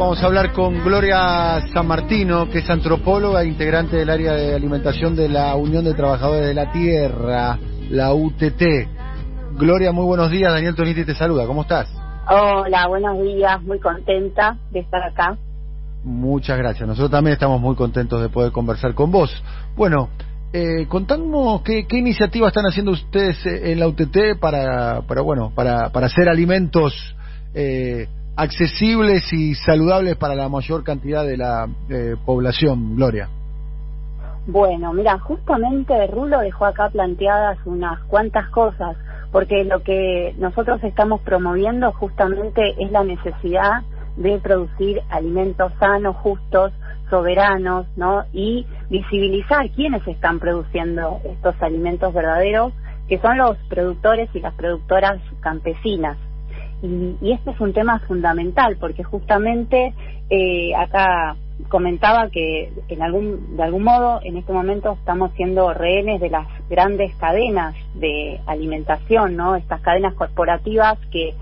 Vamos a hablar con Gloria San Martino, que es antropóloga, integrante del área de alimentación de la Unión de Trabajadores de la Tierra, la UTT. Gloria, muy buenos días. Daniel Toniti te saluda. ¿Cómo estás? Hola, buenos días. Muy contenta de estar acá. Muchas gracias. Nosotros también estamos muy contentos de poder conversar con vos. Bueno, contanos qué iniciativas están haciendo ustedes en la UTT para hacer alimentos accesibles y saludables para la mayor cantidad de la población, Gloria. Bueno, mira, justamente Rulo dejó acá planteadas unas cuantas cosas, porque lo que nosotros estamos promoviendo justamente es la necesidad de producir alimentos sanos, justos, soberanos, ¿no? Y visibilizar quiénes están produciendo estos alimentos verdaderos, que son los productores y las productoras campesinas. Y este es un tema fundamental, porque justamente acá comentaba que de algún modo en este momento estamos siendo rehenes de las grandes cadenas de alimentación, ¿no? Estas cadenas corporativas que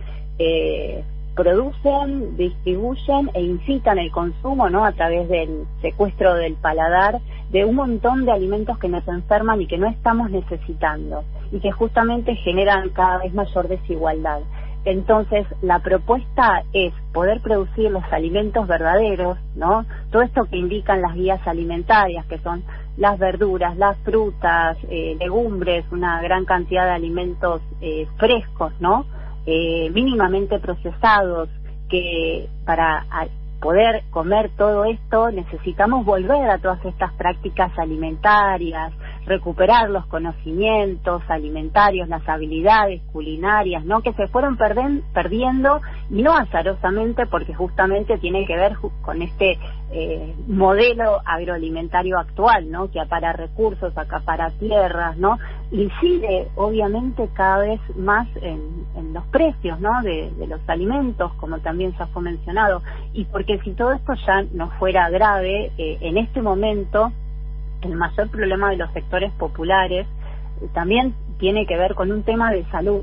producen, distribuyen e incitan el consumo, ¿no? A través del secuestro del paladar de un montón de alimentos que nos enferman y que no estamos necesitando, y que justamente generan cada vez mayor desigualdad. Entonces, la propuesta es poder producir los alimentos verdaderos, ¿no? Todo esto que indican las guías alimentarias, que son las verduras, las frutas, legumbres, una gran cantidad de alimentos frescos, ¿no? Mínimamente procesados, que para poder comer todo esto necesitamos volver a todas estas prácticas alimentarias, recuperar los conocimientos alimentarios, las habilidades culinarias, ¿no? Que se fueron perdiendo, y no azarosamente, porque justamente tiene que ver con este modelo agroalimentario actual, ¿no? Que acapara recursos, acapara tierras, ¿no? Incide obviamente cada vez más en los precios, ¿no? De los alimentos, como también ya fue mencionado. Y porque si todo esto ya no fuera grave, en este momento el mayor problema de los sectores populares también tiene que ver con un tema de salud.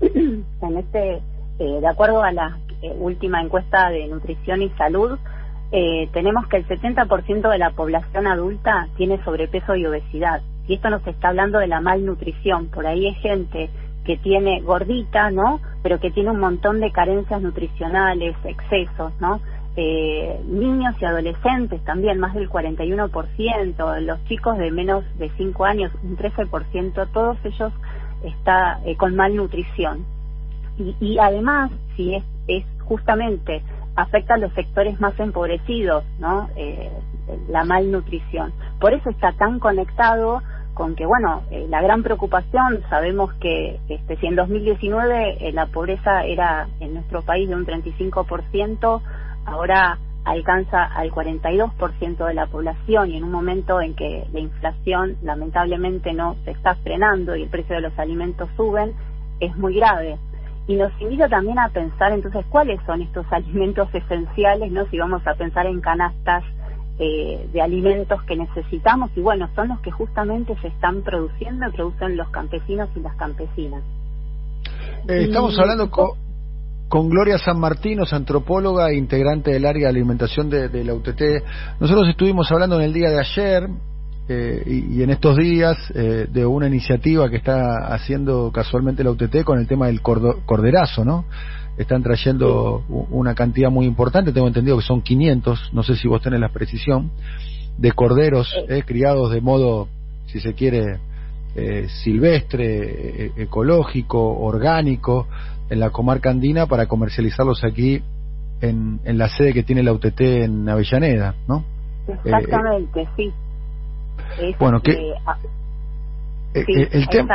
De acuerdo a la última encuesta de nutrición y salud, tenemos que el 70% de la población adulta tiene sobrepeso y obesidad, y esto nos está hablando de la malnutrición. Por ahí hay gente que tiene gordita, ¿no? Pero que tiene un montón de carencias nutricionales, excesos, ¿no? Niños y adolescentes también, más del 41%, los chicos de menos de 5 años, un 13%, todos ellos está con malnutrición. Y además, si es justamente afecta a los sectores más empobrecidos, ¿no? La malnutrición. Por eso está tan conectado con que, bueno, la gran preocupación, sabemos que si en 2019 la pobreza era en nuestro país de un 35%, ahora alcanza al 42% de la población, y en un momento en que la inflación lamentablemente no se está frenando y el precio de los alimentos suben, es muy grave. Y nos invita también a pensar entonces cuáles son estos alimentos esenciales, ¿no? Si vamos a pensar en canastas de alimentos que necesitamos, y bueno, son los que justamente se están produciendo y producen los campesinos y las campesinas. Estamos hablando con Gloria San Martino, antropóloga e integrante del área de alimentación de la UTT. Nosotros estuvimos hablando en el día de ayer y en estos días de una iniciativa que está haciendo casualmente la UTT con el tema del corderazo, ¿no? Están trayendo una cantidad muy importante, tengo entendido que son 500, no sé si vos tenés la precisión, de corderos criados de modo, si se quiere, silvestre, ecológico, orgánico, en la comarca andina, para comercializarlos aquí en la sede que tiene la UTT en Avellaneda, ¿no? Exactamente, sí. Bueno, que el tema,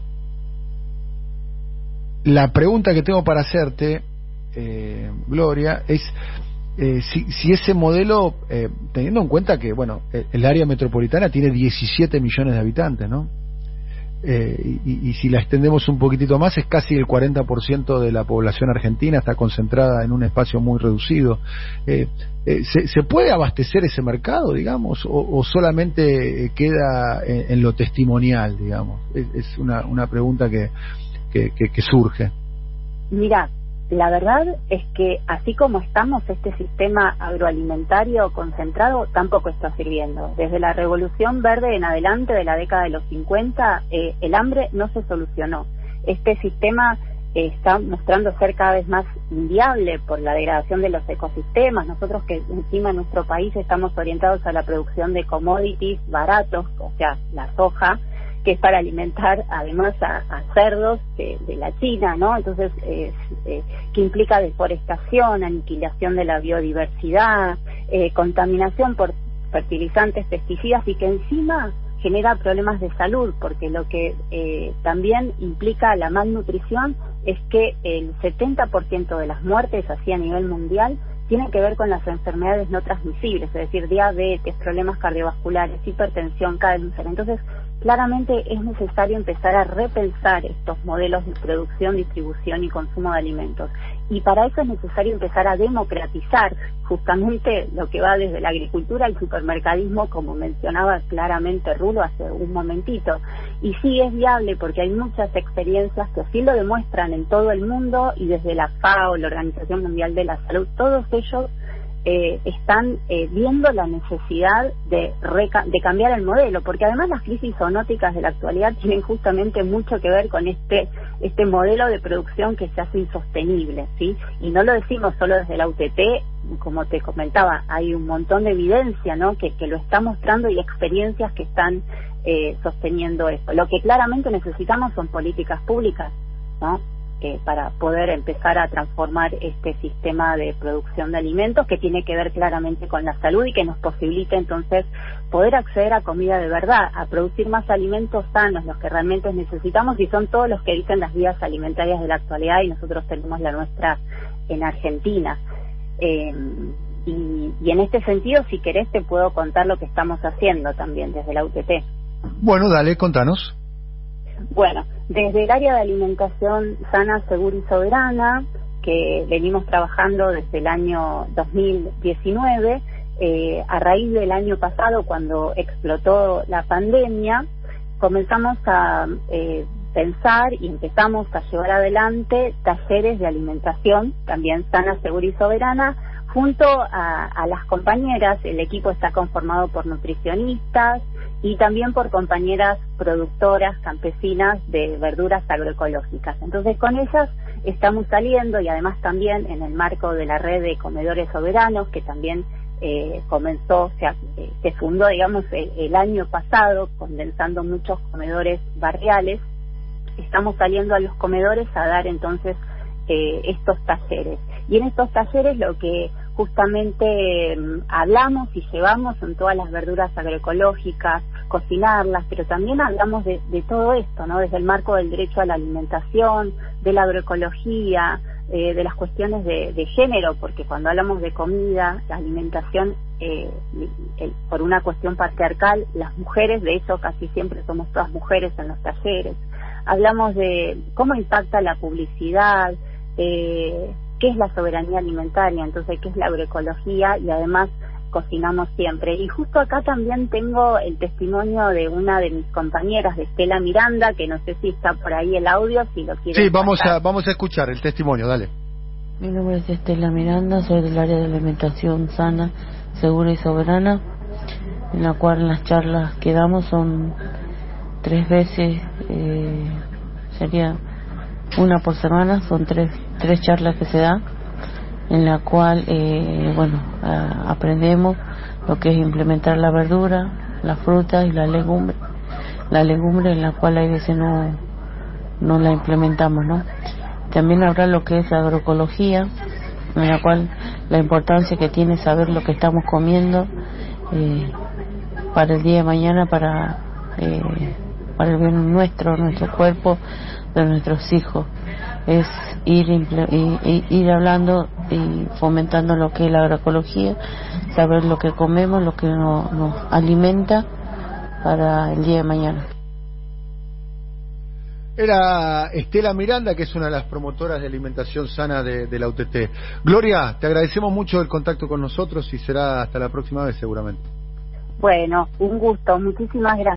la pregunta que tengo para hacerte, Gloria, es si ese modelo, teniendo en cuenta que, bueno, el área metropolitana tiene 17 millones de habitantes, ¿no? Y si la extendemos un poquitito más, es casi el 40% de la población argentina está concentrada en un espacio muy reducido. ¿Se puede abastecer ese mercado, digamos, o solamente queda en lo testimonial, digamos? Es una pregunta que surge. Mira, La verdad es que así como estamos, este sistema agroalimentario concentrado tampoco está sirviendo. Desde la Revolución Verde en adelante, de la década de los 50, el hambre no se solucionó. Este sistema está mostrando ser cada vez más inviable por la degradación de los ecosistemas. Nosotros que encima en nuestro país estamos orientados a la producción de commodities baratos, o sea, la soja, que es para alimentar además a cerdos de la China, ¿no? Entonces, que implica deforestación, aniquilación de la biodiversidad, contaminación por fertilizantes, pesticidas, y que encima genera problemas de salud, porque lo que también implica la malnutrición es que el 70% de las muertes así a nivel mundial tienen que ver con las enfermedades no transmisibles, es decir, diabetes, problemas cardiovasculares, hipertensión, cáncer. Entonces, claramente es necesario empezar a repensar estos modelos de producción, distribución y consumo de alimentos. Y para eso es necesario empezar a democratizar justamente lo que va desde la agricultura al supermercadismo, como mencionaba claramente Rulo hace un momentito. Y sí es viable porque hay muchas experiencias que así lo demuestran en todo el mundo, y desde la FAO, la Organización Mundial de la Salud, todos ellos están viendo la necesidad de cambiar el modelo, porque además las crisis zoonóticas de la actualidad tienen justamente mucho que ver con este modelo de producción que se hace insostenible, ¿sí? Y no lo decimos solo desde la UTT, como te comentaba, hay un montón de evidencia, ¿no?, que lo está mostrando, y experiencias que están sosteniendo esto. Lo que claramente necesitamos son políticas públicas, ¿no?, para poder empezar a transformar este sistema de producción de alimentos, que tiene que ver claramente con la salud y que nos posibilite entonces poder acceder a comida de verdad, a producir más alimentos sanos, los que realmente necesitamos, y son todos los que dicen las guías alimentarias de la actualidad, y nosotros tenemos la nuestra en Argentina. Y en este sentido, si querés, te puedo contar lo que estamos haciendo también desde la UTT. Bueno, dale, contanos. Bueno, desde el área de alimentación sana, segura y soberana, que venimos trabajando desde el año 2019, a raíz del año pasado, cuando explotó la pandemia, comenzamos a pensar y empezamos a llevar adelante talleres de alimentación, también sana, segura y soberana, junto a las compañeras. El equipo está conformado por nutricionistas y también por compañeras productoras campesinas de verduras agroecológicas. Entonces, con ellas estamos saliendo, y además también en el marco de la red de comedores soberanos, que también comenzó, o sea, se fundó, digamos, el año pasado, condensando muchos comedores barriales. Estamos saliendo a los comedores a dar entonces estos talleres. Y en estos talleres lo que justamente hablamos y llevamos son todas las verduras agroecológicas, cocinarlas, pero también hablamos de todo esto, ¿no?, desde el marco del derecho a la alimentación, de la agroecología, de las cuestiones de género, porque cuando hablamos de comida, la alimentación, por una cuestión patriarcal, las mujeres, de hecho casi siempre somos todas mujeres en los talleres. Hablamos de cómo impacta la publicidad, qué es la soberanía alimentaria, entonces qué es la agroecología, y además cocinamos siempre. Y justo acá también tengo el testimonio de una de mis compañeras, de Estela Miranda, que no sé si está por ahí el audio, si lo quieren. Sí, vamos a escuchar el testimonio, dale. Mi nombre es Estela Miranda, soy del área de alimentación sana, segura y soberana, en la cual las charlas que damos son 3 veces, sería una por semana, son tres charlas que se dan, en la cual aprendemos lo que es implementar la verdura, la fruta y la legumbre en la cual hay veces no la implementamos, ¿no? También habrá lo que es la agroecología, en la cual la importancia que tiene saber lo que estamos comiendo para el día de mañana, para el bien nuestro cuerpo, de nuestros hijos. Es ir hablando y fomentando lo que es la agroecología, saber lo que comemos, lo que nos alimenta para el día de mañana. Era Estela Miranda, que es una de las promotoras de alimentación sana de la UTT. Gloria, te agradecemos mucho el contacto con nosotros, y será hasta la próxima vez seguramente. Bueno, un gusto, muchísimas gracias.